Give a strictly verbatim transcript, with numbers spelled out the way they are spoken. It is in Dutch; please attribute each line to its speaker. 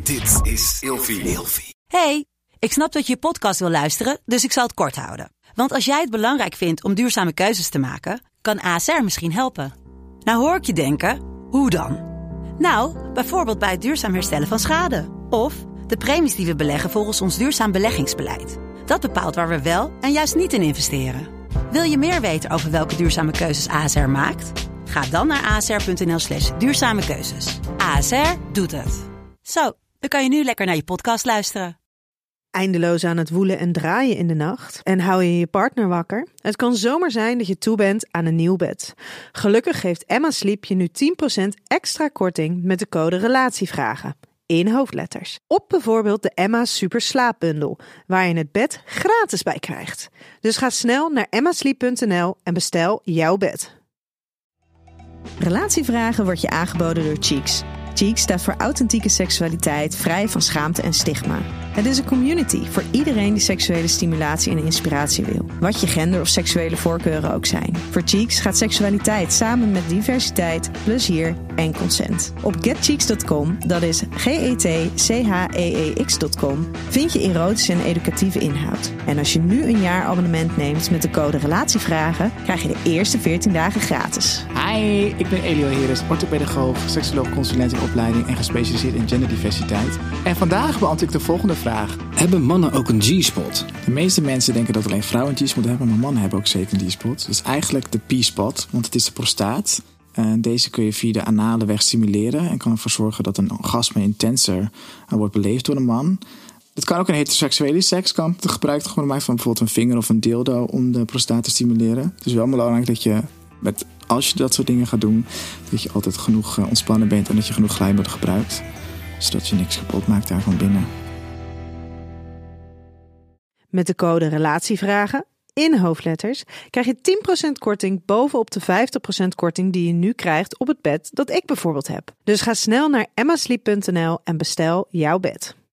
Speaker 1: Dit is Ilfie.
Speaker 2: Hey, ik snap dat je je podcast wil luisteren, dus ik zal het kort houden. Want als jij het belangrijk vindt om duurzame keuzes te maken, kan A S R misschien helpen. Nou hoor ik je denken, hoe dan? Nou, bijvoorbeeld bij het duurzaam herstellen van schade. Of de premies die we beleggen volgens ons duurzaam beleggingsbeleid. Dat bepaalt waar we wel en juist niet in investeren. Wil je meer weten over welke duurzame keuzes A S R maakt? Ga dan naar asr.nl slash duurzame keuzes. A S R doet het. Zo, dan kan je nu lekker naar je podcast luisteren.
Speaker 3: Eindeloos aan het woelen en draaien in de nacht en hou je je partner wakker? Het kan zomaar zijn dat je toe bent aan een nieuw bed. Gelukkig geeft Emma Sleep je nu tien procent extra korting met de code RELATIEVRAGEN. In hoofdletters. Op bijvoorbeeld de Emma Super Slaapbundel, waar je het bed gratis bij krijgt. Dus ga snel naar emma sleep punt n l en bestel jouw bed.
Speaker 4: Relatievragen wordt je aangeboden door Cheeks. Cheeks staat voor authentieke seksualiteit, vrij van schaamte en stigma. Het is een community voor iedereen die seksuele stimulatie en inspiratie wil. Wat je gender of seksuele voorkeuren ook zijn. Voor Cheeks gaat seksualiteit samen met diversiteit, plezier en consent. Op get cheeks dot com, dat is G E T C H E E X dot com, vind je erotische en educatieve inhoud. En als je nu een jaar abonnement neemt met de code RELATIEVRAGEN, krijg je de eerste veertien dagen gratis.
Speaker 5: Hi, ik ben Elio Heres, orthopedagoog, seksuoloog, consulent in opleiding en gespecialiseerd in genderdiversiteit. En vandaag beantwoord ik de volgende vraag.
Speaker 6: Hebben mannen ook een G-spot?
Speaker 5: De meeste mensen denken dat alleen vrouwen een G-spot hebben, maar mannen hebben ook zeker een G-spot. Dat is eigenlijk de P-spot, want het is de prostaat. Uh, deze kun je via de anale weg stimuleren en kan ervoor zorgen dat een orgasme intenser uh, wordt beleefd door een man. Het kan ook een heteroseksuele seks kan gebruikt worden gemaakt van bijvoorbeeld een vinger of een dildo om de prostaat te stimuleren. Het is wel belangrijk dat je, met, als je dat soort dingen gaat doen, dat je altijd genoeg uh, ontspannen bent en dat je genoeg glijmiddel gebruikt. Zodat je niks kapot maakt daar van binnen.
Speaker 3: Met de code RELATIEVRAGEN, in hoofdletters, krijg je tien procent korting bovenop de vijftig procent korting die je nu krijgt op het bed dat ik bijvoorbeeld heb. Dus ga snel naar emma sleep punt n l en bestel jouw bed.